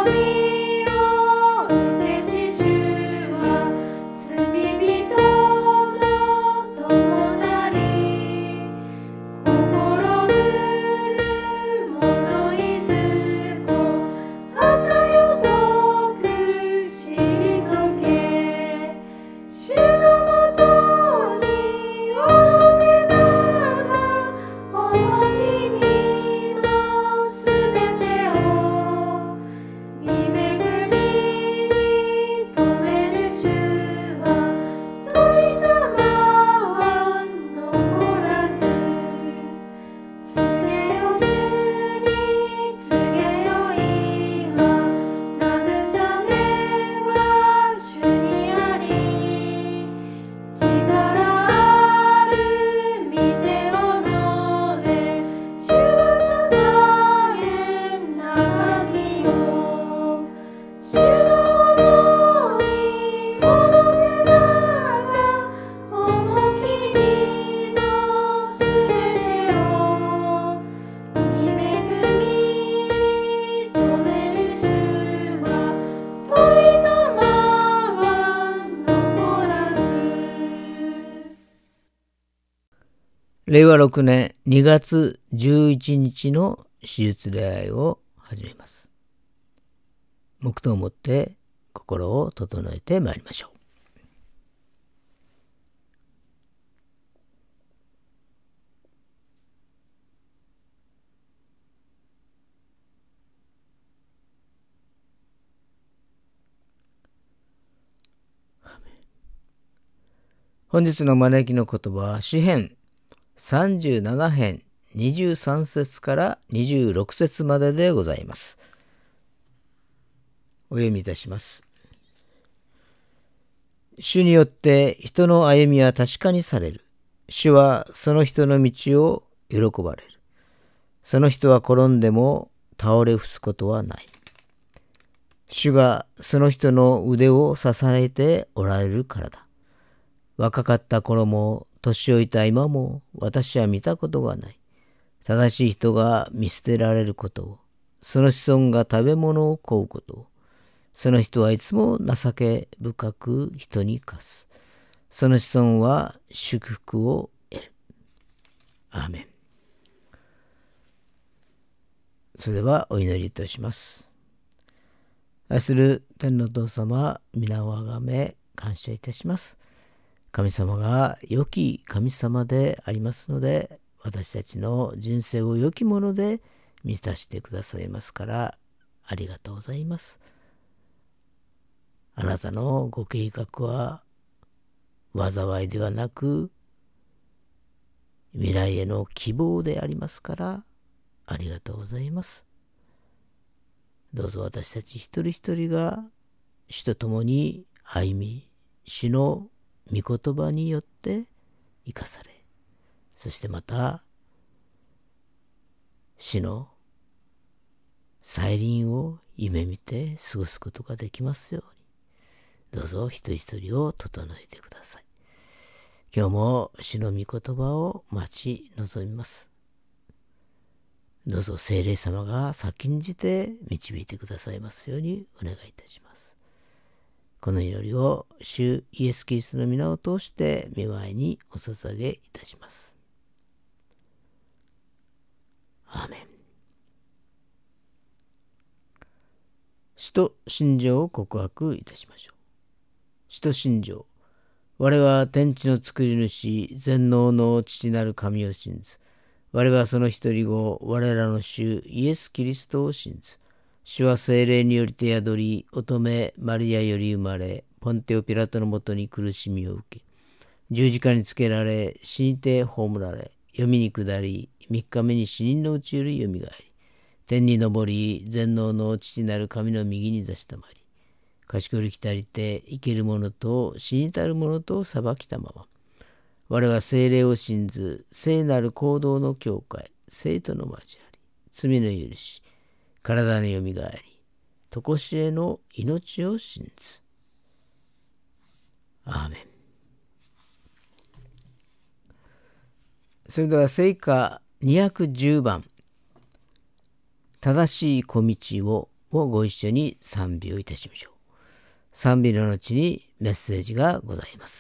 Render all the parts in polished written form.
令和6年2月11日の手術礼拝を始めます。黙祷をもって心を整えてまいりましょう。本日の招きの言葉は詩編37編23節から26節まででございます。お読みいたします。主によって人の歩みは確かにされる。主はその人の道を喜ばれる。その人は転んでも倒れ伏すことはない。主がその人の腕を支えておられるからだ。若かった頃も年老いた今も私は見たことがない。正しい人が見捨てられることを、その子孫が食べ物を乞うことを、その人はいつも情け深く人に貸す。その子孫は祝福を得る。アーメン。それではお祈りいたします。愛する天のお父様、皆をあがめ感謝いたします。神様が良き神様でありますので、私たちの人生を良きもので満たしてくださいますからありがとうございます。あなたのご計画は災いではなく未来への希望でありますからありがとうございます。どうぞ私たち一人一人が主と共に歩み、主の御言葉によって生かされ、そしてまた主の再臨を夢見て過ごすことができますように、どうぞ一人一人を整えてください。今日も主の御言葉を待ち望みます。どうぞ聖霊様が先んじて導いてくださいますようにお願いいたします。この祈りを主イエス・キリストの皆を通して御前にお捧げいたします。アーメン。使徒信条を告白いたしましょう。使徒信条。我は天地の作り主、全能の父なる神を信ず。我はその一人子、我らの主イエス・キリストを信ず。主は聖霊によりて宿り、乙女マリアより生まれ、ポンテオピラトのもとに苦しみを受け、十字架につけられ、死にて葬られ、読みに下り、三日目に死人のうちよりよみがえり、天に昇り、全能の父なる神の右に座したまり、賢りきたりて生ける者と死にたる者と裁きたまま、我は聖霊を信ず、聖なる行動の教会、聖徒の交わり、罪の許し、体のよみがえり、とこしえの命を信ず。アーメン。それでは聖歌210番、正しい小道をもご一緒に賛美をいたしましょう。賛美の後にメッセージがございます。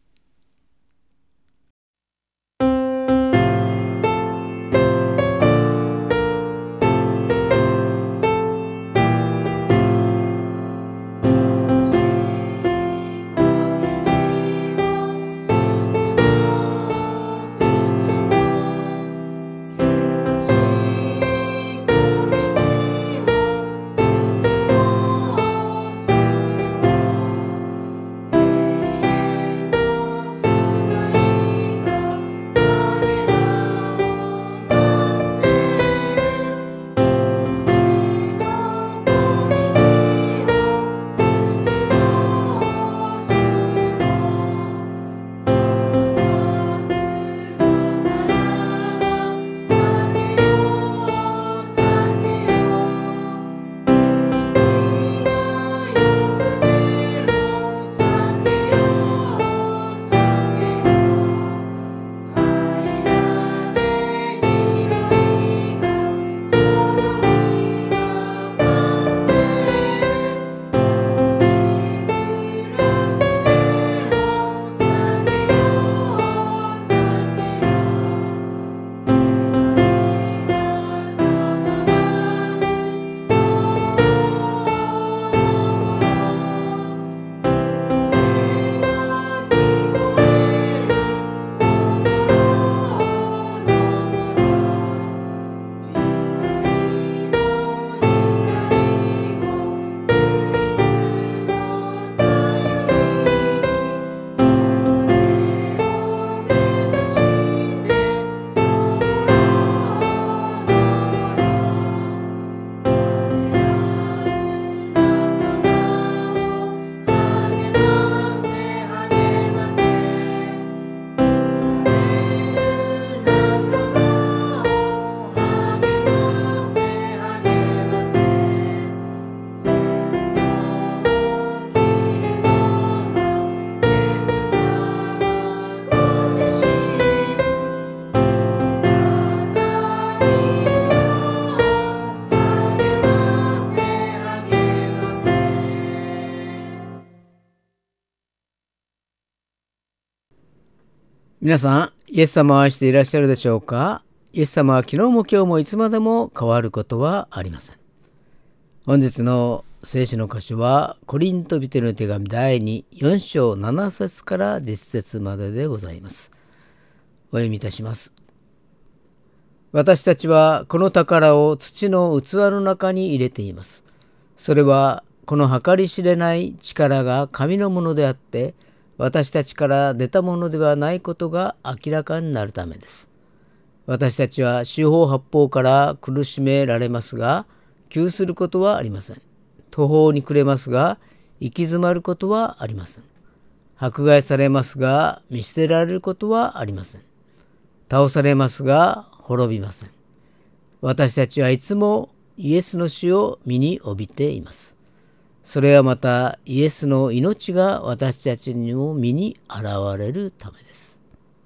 皆さん、イエス様を愛していらっしゃるでしょうか？イエス様は昨日も今日もいつまでも変わることはありません。本日の聖書の箇所はコリント人への手紙第4章7節から10節まででございます。お読みいたします。私たちはこの宝を土の器の中に入れています。それはこの計り知れない力が神のものであって、私たちから出たものではないことが明らかになるためです。私たちは四方八方から苦しめられますが、窮することはありません。途方に暮れますが、行き詰まることはありません。迫害されますが、見捨てられることはありません。倒されますが、滅びません。私たちはいつもイエスの死を身に帯びています。それはまたイエスの命が私たちにも身に現れるためです。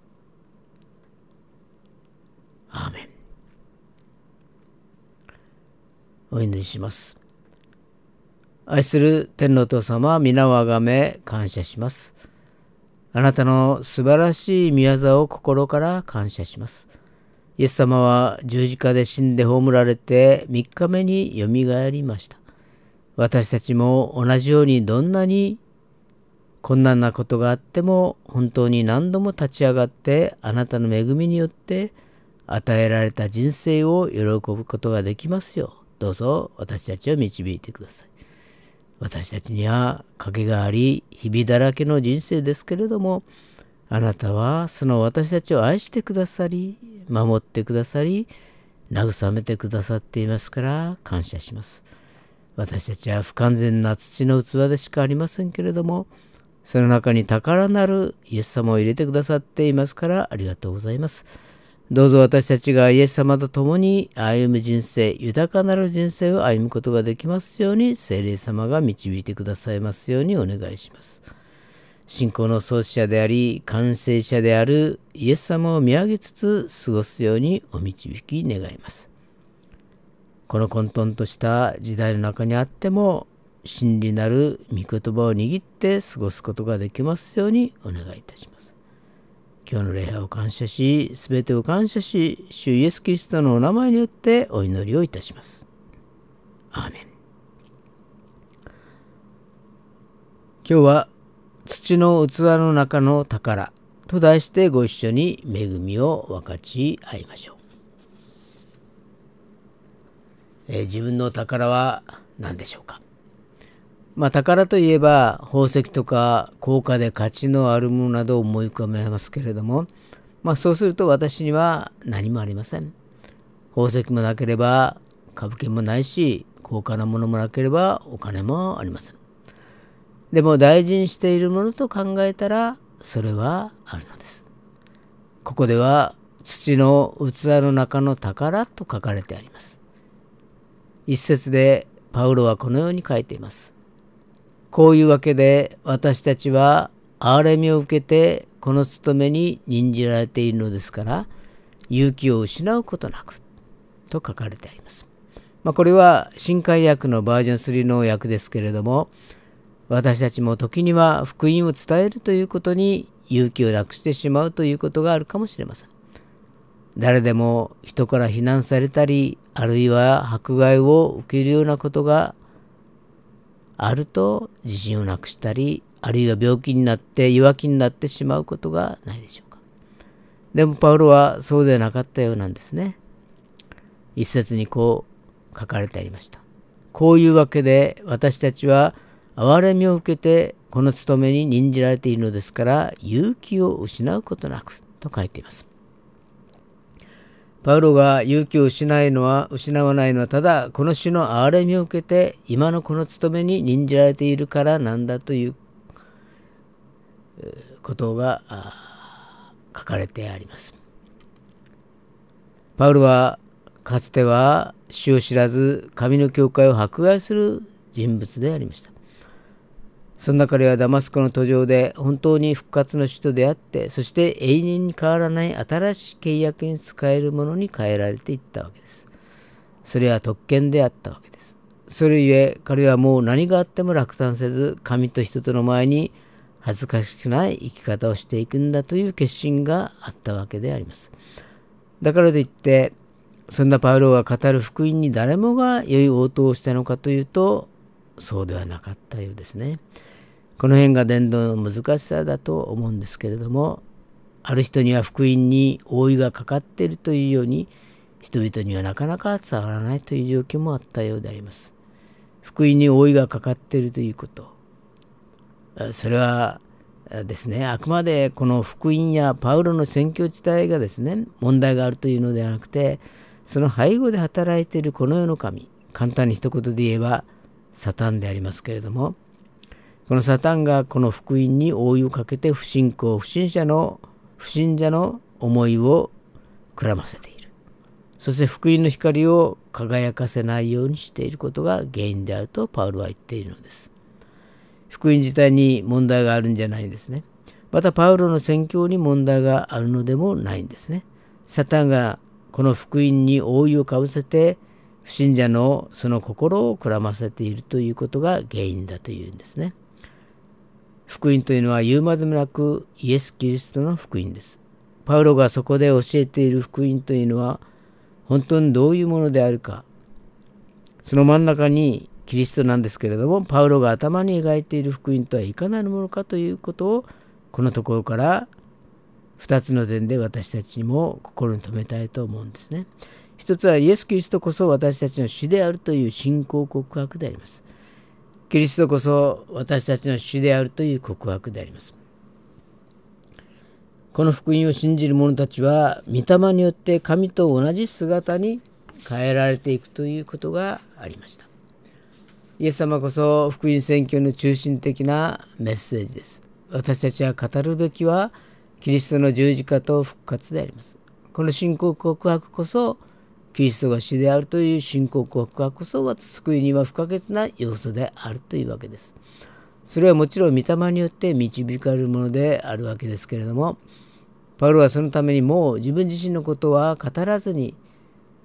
アーメン。お祈りします。愛する天のお父様、皆をあがめ感謝します。あなたの素晴らしい御業を心から感謝します。イエス様は十字架で死んで葬られて3日目によみがえりました。私たちも同じようにどんなに困難なことがあっても本当に何度も立ち上がってあなたの恵みによって与えられた人生を喜ぶことができますよう、どうぞ私たちを導いてください。私たちには賭けがあり日々だらけの人生ですけれども、あなたはその私たちを愛してくださり、守ってくださり、慰めてくださっていますから感謝します。私たちは不完全な土の器でしかありませんけれども、その中に宝なるイエス様を入れてくださっていますからありがとうございます。どうぞ私たちがイエス様と共に歩む人生、豊かなる人生を歩むことができますように、聖霊様が導いてくださいますようにお願いします。信仰の創始者であり完成者であるイエス様を見上げつつ過ごすようにお導き願います。 この混沌とした時代の中にあっても、真理なる御言葉を握って過ごすことができますようにお願いいたします。今日の礼拝を感謝し、すべてを感謝し、主イエス・キリストのお名前によってお祈りをいたします。アーメン。今日は土の器の中の宝と題してご一緒に恵みを分かち合いましょう。自分の宝は何でしょうか。宝といえば宝石とか高価で価値のあるものなどを思い浮かべますけれども、そうすると私には何もありません。宝石もなければ株券もないし、高価なものもなければお金もありません。でも大事にしているものと考えたらそれはあるのです。ここでは土の器の中の宝と書かれてあります。一節でパウロはこのように書いています。こういうわけで私たちは憐れみを受けてこの務めに任じられているのですから、勇気を失うことなくと書かれてあります。これは新海訳のバージョン3の訳ですけれども、私たちも時には福音を伝えるということに勇気をなくしてしまうということがあるかもしれません。誰でも人から非難されたり、あるいは迫害を受けるようなことがあると自信をなくしたり、あるいは病気になって弱気になってしまうことがないでしょうか。でもパウロはそうではなかったようなんですね。一節にこう書かれてありました。こういうわけで私たちは憐れみを受けてこの務めに任じられているのですから、勇気を失うことなくと書いています。パウロが勇気を失わないのはただこの主の憐れみを受けて今のこの務めに任じられているからなんだということが書かれてあります。パウロはかつては主を知らず神の教会を迫害する人物でありました。そんな彼はダマスコの途上で本当に復活の主と出会って、そして永遠に変わらない新しい契約に使えるものに変えられていったわけです。それは特権であったわけです。それゆえ彼はもう何があっても落胆せず、神と人との前に恥ずかしくない生き方をしていくんだという決心があったわけであります。だからといってそんなパウロが語る福音に誰もが良い応答をしたのかというと、そうではなかったようですね。この辺が伝道の難しさだと思うんですけれども、ある人には福音に覆いがかかっているというように、人々にはなかなか伝わらないという状況もあったようであります。福音に覆いがかかっているということ、それはですね、あくまでこの福音やパウロの宣教自体がですね、問題があるというのではなくて、その背後で働いているこの世の神、簡単に一言で言えばサタンでありますけれども、このサタンがこの福音に覆いをかけて不信者の思いをくらませている。そして福音の光を輝かせないようにしていることが原因であるとパウロは言っているのです。福音自体に問題があるんじゃないんですね。またパウロの宣教に問題があるのでもないんですね。サタンがこの福音に覆いをかぶせて不信者のその心をくらませているということが原因だというんですね。福音というのは言うまでもなくイエス・キリストの福音です。パウロがそこで教えている福音というのは本当にどういうものであるか、その真ん中にキリストなんですけれども、パウロが頭に描いている福音とはいかなるものかということを、このところから2つの点で私たちにも心に留めたいと思うんですね。一つはイエス・キリストこそ私たちの主であるという信仰告白であります。キリストこそ私たちの主であるという告白であります。この福音を信じる者たちは御霊によって神と同じ姿に変えられていくということがありました。イエス様こそ福音宣教の中心的なメッセージです。私たちは語るべきはキリストの十字架と復活であります。この信仰告白こそキリストが主であるという信仰告白こそ救いには不可欠な要素であるというわけです。それはもちろん御霊によって導かれるものであるわけですけれども、パウロはそのためにもう自分自身のことは語らずに、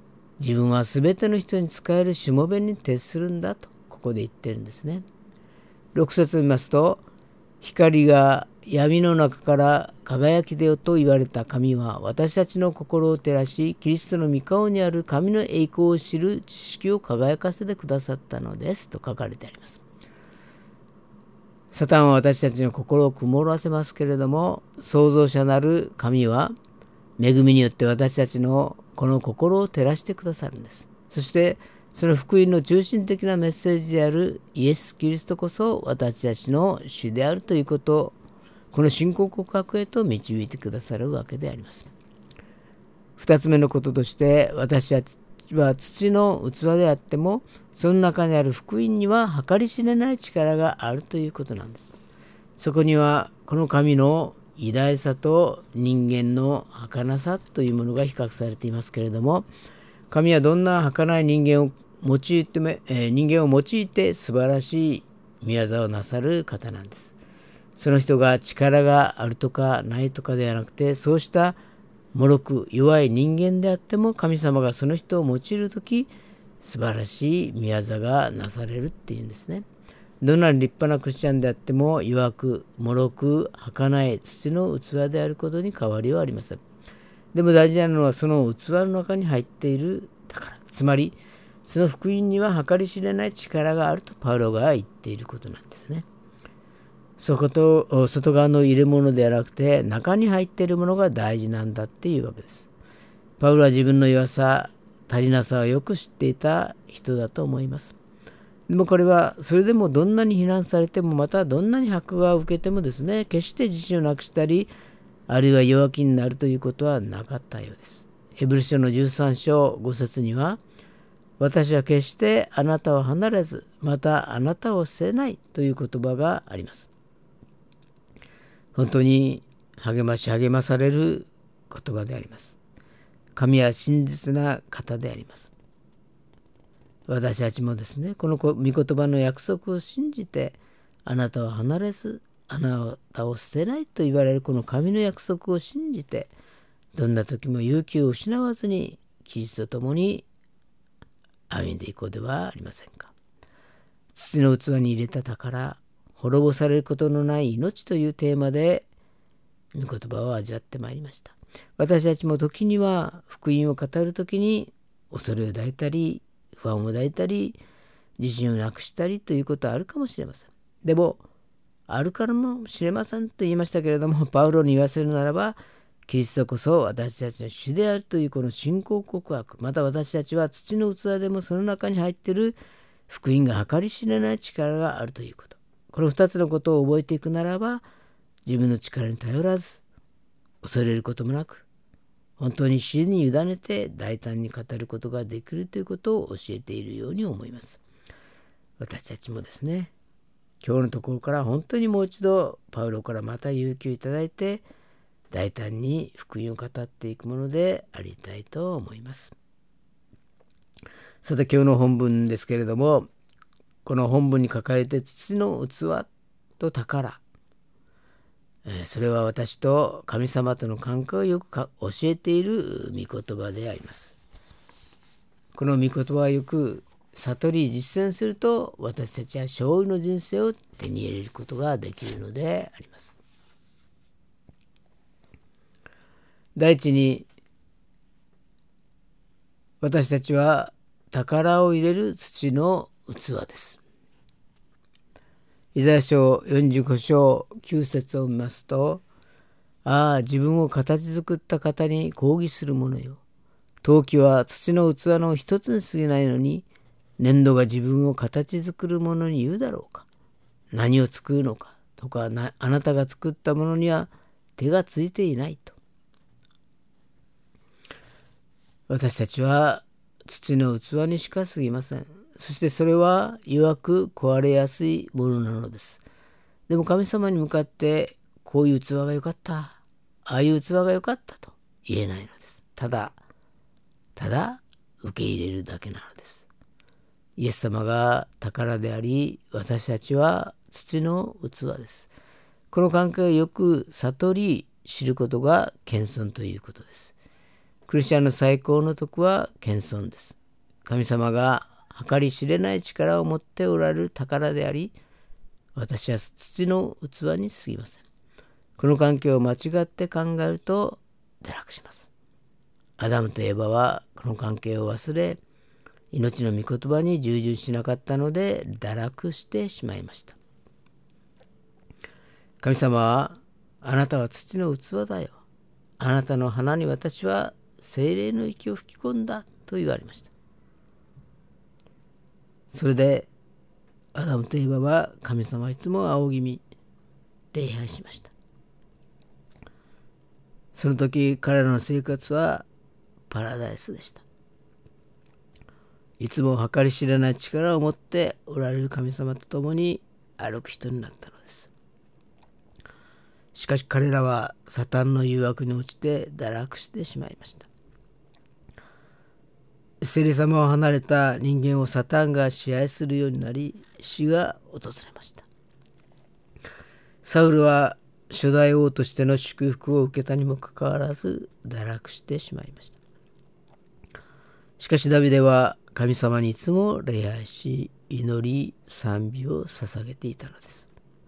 自分はすべての人に仕えるしもべに徹するんだとここで言ってるんですね。6節を見ますと、光が闇の中から輝き出よと言われた神は私たちの心を照らし、キリストの御顔にある神の栄光を知る知識を輝かせてくださったのですと書かれてあります。サタンは私たちの心を曇らせますけれども、創造者なる神は恵みによって私たちのこの心を照らしてくださるんです。そしてその福音の中心的なメッセージであるイエス・キリストこそ私たちの主であるということを、この信仰告白へと導いてくださるわけであります。二つ目のこととして、私たちは土の器であっても、その中にある福音には計り知れない力があるということなんです。そこにはこの神の偉大さと人間の儚さというものが比較されていますけれども、神はどんな儚い人間を用いて素晴らしい御業をなさる方なんです。その人が力があるとかないとかではなくて、そうした脆く弱い人間であっても神様がその人を用いるとき、素晴らしい御業がなされるっていうんですね。どんなに立派なクリスチャンであっても弱く脆く儚い土の器であることに変わりはありません。でも大事なのはその器の中に入っている宝、つまりその福音には計り知れない力があるとパウロが言っていることなんですね。外側の入れ物ではなくて中に入っているものが大事なんだっていうわけです。パウロは自分の弱さ、足りなさをよく知っていた人だと思います。でもこれはそれでもどんなに非難されても、またどんなに迫害を受けてもですね、決して自信をなくしたり、あるいは弱気になるということはなかったようです。ヘブル書の13章5節には、私は決してあなたを離れず、またあなたを捨てないという言葉があります。本当に励まされる言葉であります。神は真実な方であります。私たちもですね、この御言葉の約束を信じて、あなたを離れず、あなたを捨てないと言われるこの神の約束を信じて、どんな時も勇気を失わずにキリストと共に歩んでいこうではありませんか。土の器に入れた宝、滅ぼされることのない命というテーマで御言葉を味わってまいりました。私たちも時には福音を語る時に恐れを抱いたり、不安を抱いたり、自信をなくしたりということはあるかもしれません。でもあるからもしれませんと言いましたけれども、パウロに言わせるならば、キリストこそ私たちの主であるというこの信仰告白、また私たちは土の器でもその中に入っている福音が計り知れない力があるということ、この2つのことを覚えていくならば、自分の力に頼らず、恐れることもなく、本当に主に委ねて大胆に語ることができるということを教えているように思います。私たちもですね、今日のところから本当にもう一度パウロからまた勇気をいただいて、大胆に福音を語っていくものでありたいと思います。さて、今日の本文ですけれども、この本文に書かれて土の器と宝、それは私と神様との関係をよく教えている御言葉であります。この御言葉はよく悟り実践すると、私たちは勝利の人生を手に入れることができるのであります。第一に、私たちは宝を入れる土の器です。イザヤ書45章9節を見ますと、ああ、自分を形作った方に抗議する者よ。陶器は土の器の一つに過ぎないのに、粘土が自分を形作る者に言うだろうか。何を作るのかとか、あなたが作ったものには手がついていないと。私たちは土の器にしか過ぎません。そしてそれは弱く壊れやすいものなのです。でも神様に向かってこういう器が良かった、ああいう器が良かったと言えないのです。ただ受け入れるだけなのです。イエス様が宝であり、私たちは土の器です。この関係をよく悟り知ることが謙遜ということです。 クリスチャンの最高の徳は謙遜です。神様が計り知れない力を持っておられる宝であり、私は土の器に過ぎません。この関係を間違って考えると堕落します。アダムとエバはこの関係を忘れ、命の御言葉に従順しなかったので堕落してしまいました。神様は、あなたは土の器だよ。あなたの鼻に私は聖霊の息を吹き込んだと言われました。それでアダムとエバは神様いつも仰ぎ見、礼拝しました。その時彼らの生活はパラダイスでした。いつも計り知れない力を持っておられる神様と共に歩く人になったのです。しかし彼らはサタンの誘惑に落ちて堕落してしまいました。聖霊様を離れた人間をサタンが支配するようになり、死が訪れました。サウルは初代王としての祝福を受けたにもかかわらず堕落してしまいました。しかしダビデは神様にいつも礼拝し、祈り賛美を捧げていたのです。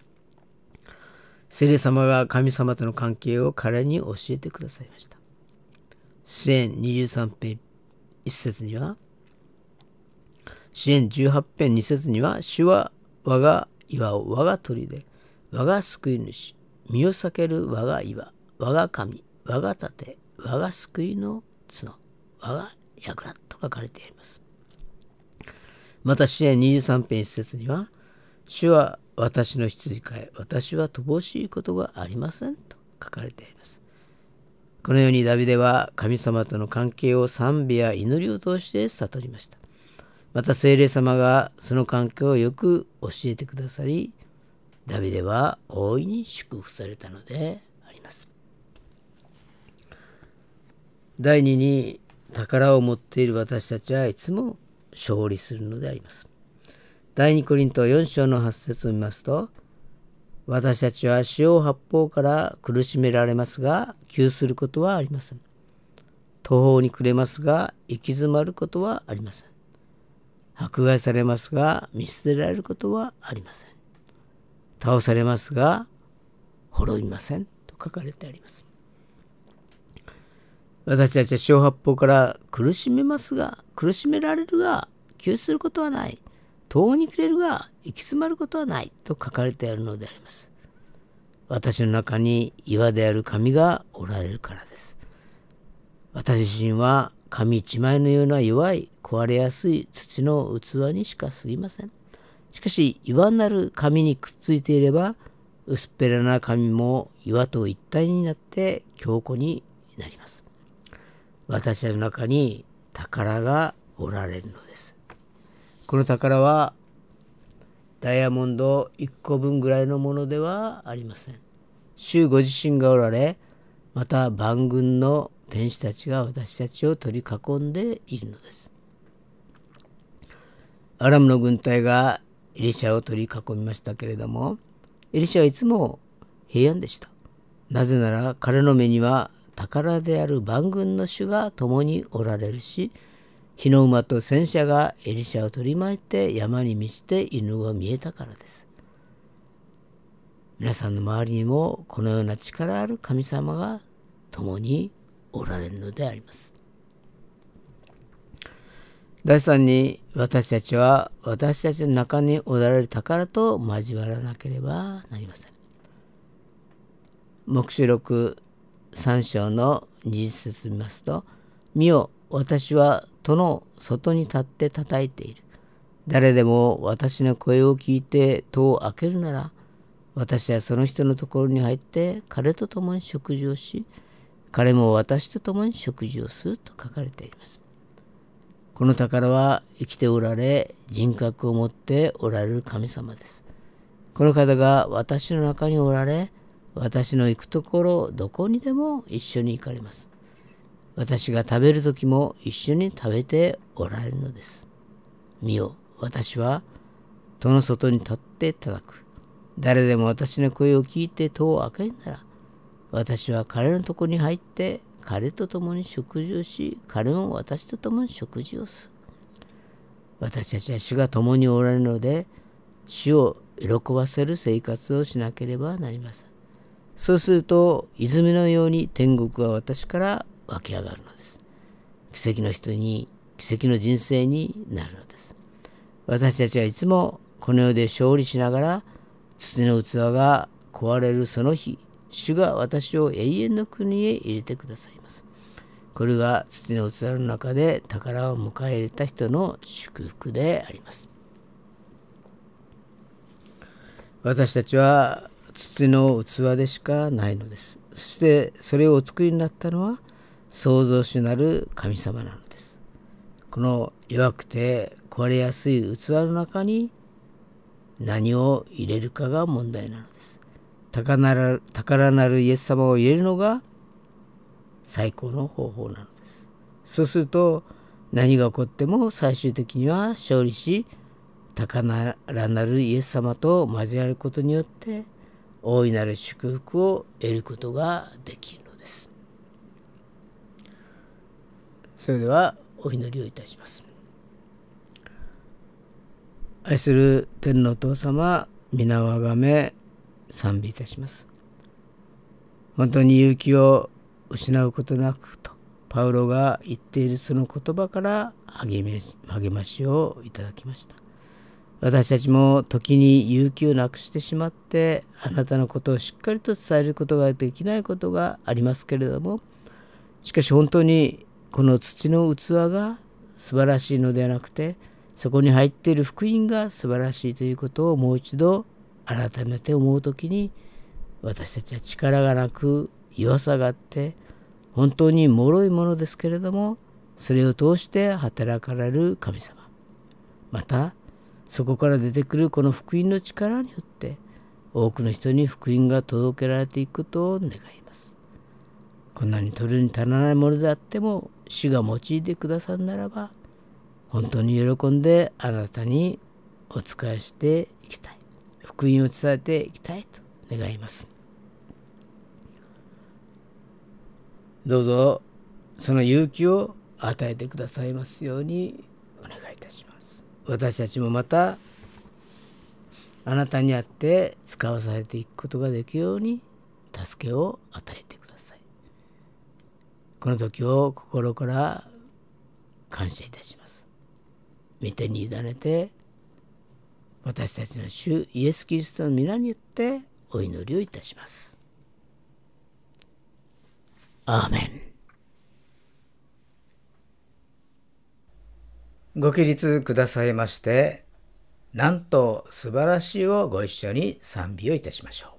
聖霊様が神様との関係を彼に教えてくださいました。詩編23編1節には、詩編18編2節には、主は我が岩を我が砦で、我が救い主、身を避ける我が岩、我が神、我が盾、我が救いの角、我が櫓と書かれています。また詩編23編1節には、主は私の羊飼い、私は乏しいことがありませんと書かれています。このようにダビデは神様との関係を賛美や祈りを通して悟りました。また聖霊様がその関係をよく教えてくださり、ダビデは大いに祝福されたのであります。第二に、宝を持っている私たちはいつも勝利するのであります。第2コリント4章の8節を見ますと、私たちは四方八方から苦しめられますが、窮することはありません。途方に暮れますが、行き詰まることはありません。迫害されますが、見捨てられることはありません。倒されますが、滅びませんと書かれてあります。私たちは四方八方から苦しめますが、苦しめられるが、窮することはない。途方に暮れるが行き詰まることはないと書かれてあるのであります。私の中に岩である神がおられるからです。私自身は紙一枚のような弱い壊れやすい土の器にしか過ぎません。しかし岩なる紙にくっついていれば、薄っぺらな紙も岩と一体になって強固になります。私たちの中に宝がおられるのです。この宝はダイヤモンド1個分ぐらいのものではありません。主ご自身がおられ、また万軍の天使たちが私たちを取り囲んでいるのです。アラムの軍隊がエリシャを取り囲みましたけれども、エリシャはいつも平安でした。なぜなら彼の目には宝である万軍の主が共におられるし、火の馬と戦車がエリシャを取り巻いて山に満ちているのが見えたからです。皆さんの周りにもこのような力ある神様が共におられるのであります。第三に、私たちは私たちの中におられる宝と交わらなければなりません。黙示録3章の20節を見ますと、見よ、私は戸の外に立って叩いている。誰でも私の声を聞いて戸を開けるなら、私はその人のところに入って彼と共に食事をし、彼も私と共に食事をすると書かれています。この宝は生きておられ、人格を持っておられる神様です。この方が私の中におられ、私の行くところどこにでも一緒に行かれます。私が食べるときも一緒に食べておられるのです。見よ、私は戸の外に立って叩く。誰でも私の声を聞いて戸を開けるなら、私は彼のところに入って彼と共に食事をし、彼も私と共に食事をする。私たちは主が共におられるので、主を喜ばせる生活をしなければなりません。そうすると、泉のように天国は私から湧き上がるのです。奇跡の人に、奇跡の人生になるのです。私たちはいつもこの世で勝利しながら、土の器が壊れるその日、主が私を永遠の国へ入れてくださいます。これが土の器の中で宝を迎え入れた人の祝福であります。私たちは土の器でしかないのです。そしてそれをお作りになったのは創造主なる神様なのです。この弱くて壊れやすい器の中に何を入れるかが問題なのです。宝なるイエス様を入れるのが最高の方法なのです。そうすると何が起こっても最終的には勝利し、宝なるイエス様と交わることによって大いなる祝福を得ることができるのです。それではお祈りをいたします。愛する天のお父様、皆をあがめ賛美いたします。本当に勇気を失うことなくとパウロが言っているその言葉から励ましをいただきました。私たちも時に勇気をなくしてしまってあなたのことをしっかりと伝えることができないことがありますけれども、しかし本当にこの土の器が素晴らしいのではなくて、そこに入っている福音が素晴らしいということをもう一度改めて思うときに、私たちは力がなく弱さがあって本当に脆いものですけれども、それを通して働かれる神様、またそこから出てくるこの福音の力によって多くの人に福音が届けられていくことを願います。こんなに取るに足らないものであっても主が用いてくださるならば、本当に喜んであなたにお仕えしていきたい、福音を伝えていきたいと願います。どうぞその勇気を与えてくださいますようにお願いいたします。私たちもまたあなたにあって使わされていくことができるように助けを与えてください。この時を心から感謝いたします。御手に委ねて私たちの主イエス・キリストの皆によってお祈りをいたします。アーメン。ご起立くださいまして、なんと素晴らしいをご一緒に賛美をいたしましょう。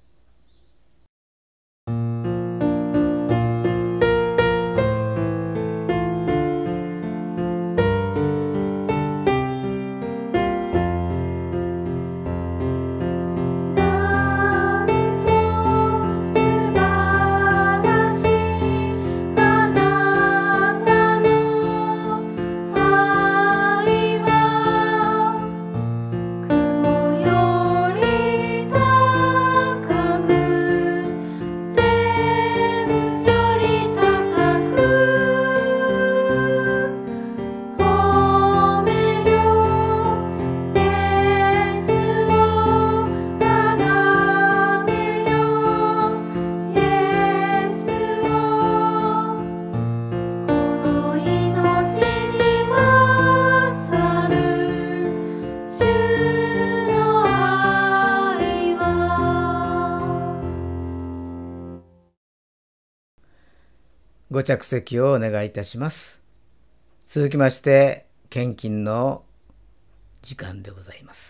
ご着席をお願いいたします。続きまして献金の時間でございます。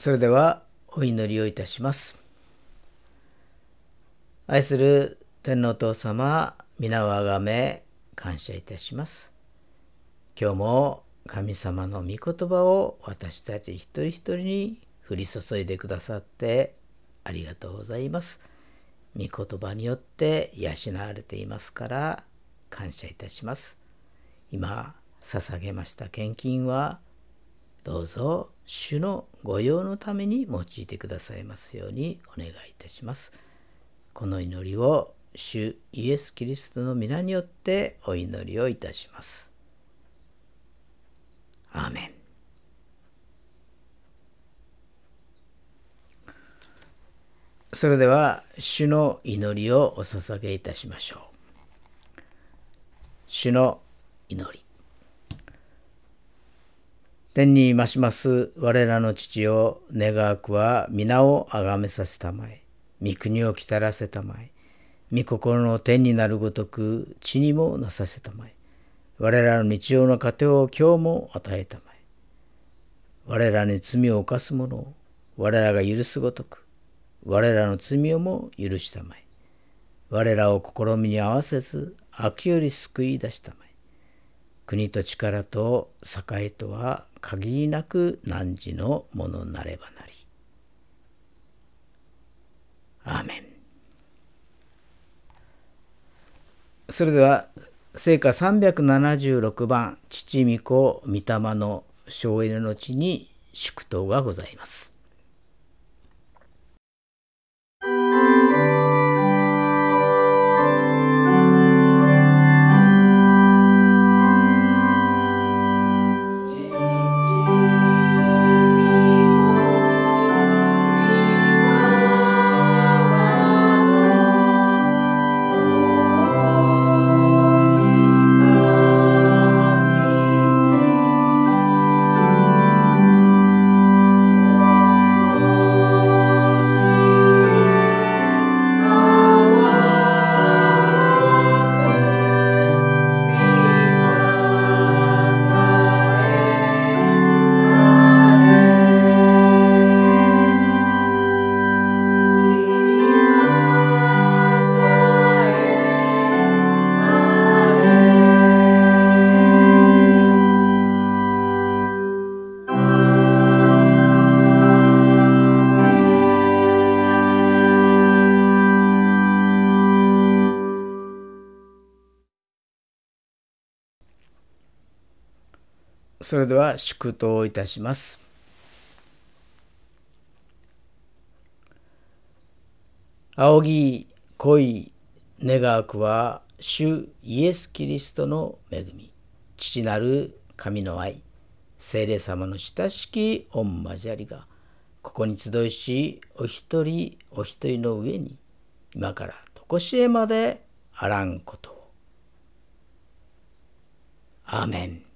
それではお祈りをいたします。愛する天皇お父様、皆をあがめ感謝いたします。今日も神様の御言葉を私たち一人一人に降り注いでくださってありがとうございます。御言葉によって養われていますから感謝いたします。今捧げました献金はどうぞ主の御用のために用いてくださいますようにお願いいたします。この祈りを主イエス・キリストの皆によってお祈りをいたします。アーメン。それでは主の祈りをお捧げいたしましょう。主の祈り。天に増します我らの父を願わくは皆をあがめさせたまえ。御国をきたらせたまえ。御心の天になるごとく地にもなさせたまえ。我らの日常の糧を今日も与えたまえ。我らに罪を犯す者を我らが許すごとく我らの罪をも許したまえ。我らを試みに合わせず悪より救い出したまえ。国と力と栄とは限りなく汝のものなればなり。アーメン。それでは聖歌376番父御子御霊の省エネの地に祝祷がございます。それでは祝祷いたします。仰ぎ恋願わくは主イエス・キリストの恵み、父なる神の愛、聖霊様の親しき御交わりがここに集いしお一人お一人の上に今から常しえまであらんことを。アーメン。